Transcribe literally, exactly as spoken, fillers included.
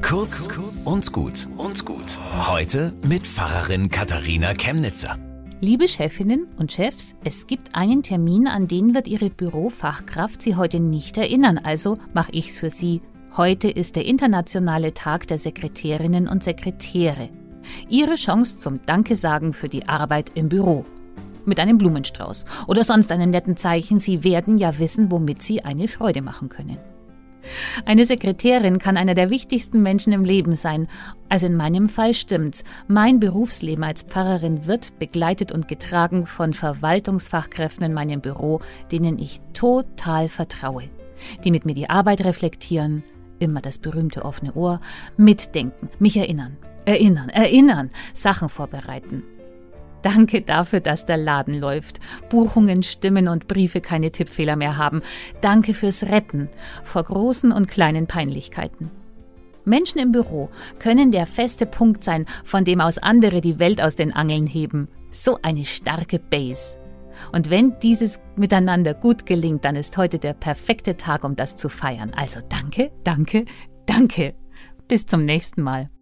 Kurz und gut und gut. Heute mit Pfarrerin Katharina Chemnitzer. Liebe Chefinnen und Chefs, es gibt einen Termin, an den wird Ihre Bürofachkraft Sie heute nicht erinnern, also mache ich's für Sie. Heute ist der internationale Tag der Sekretärinnen und Sekretäre. Ihre Chance zum Danke-Sagen für die Arbeit im Büro. Mit einem Blumenstrauß oder sonst einem netten Zeichen. Sie werden ja wissen, womit Sie eine Freude machen können. Eine Sekretärin kann einer der wichtigsten Menschen im Leben sein. Also in meinem Fall stimmt's. Mein Berufsleben als Pfarrerin wird begleitet und getragen von Verwaltungsfachkräften in meinem Büro, denen ich total vertraue. Die mit mir die Arbeit reflektieren, immer das berühmte offene Ohr, mitdenken, mich erinnern, erinnern, erinnern, Sachen vorbereiten. Danke dafür, dass der Laden läuft, Buchungen stimmen und Briefe keine Tippfehler mehr haben. Danke fürs Retten vor großen und kleinen Peinlichkeiten. Menschen im Büro können der feste Punkt sein, von dem aus andere die Welt aus den Angeln heben. So eine starke Base. Und wenn dieses Miteinander gut gelingt, dann ist heute der perfekte Tag, um das zu feiern. Also danke, danke, danke. Bis zum nächsten Mal.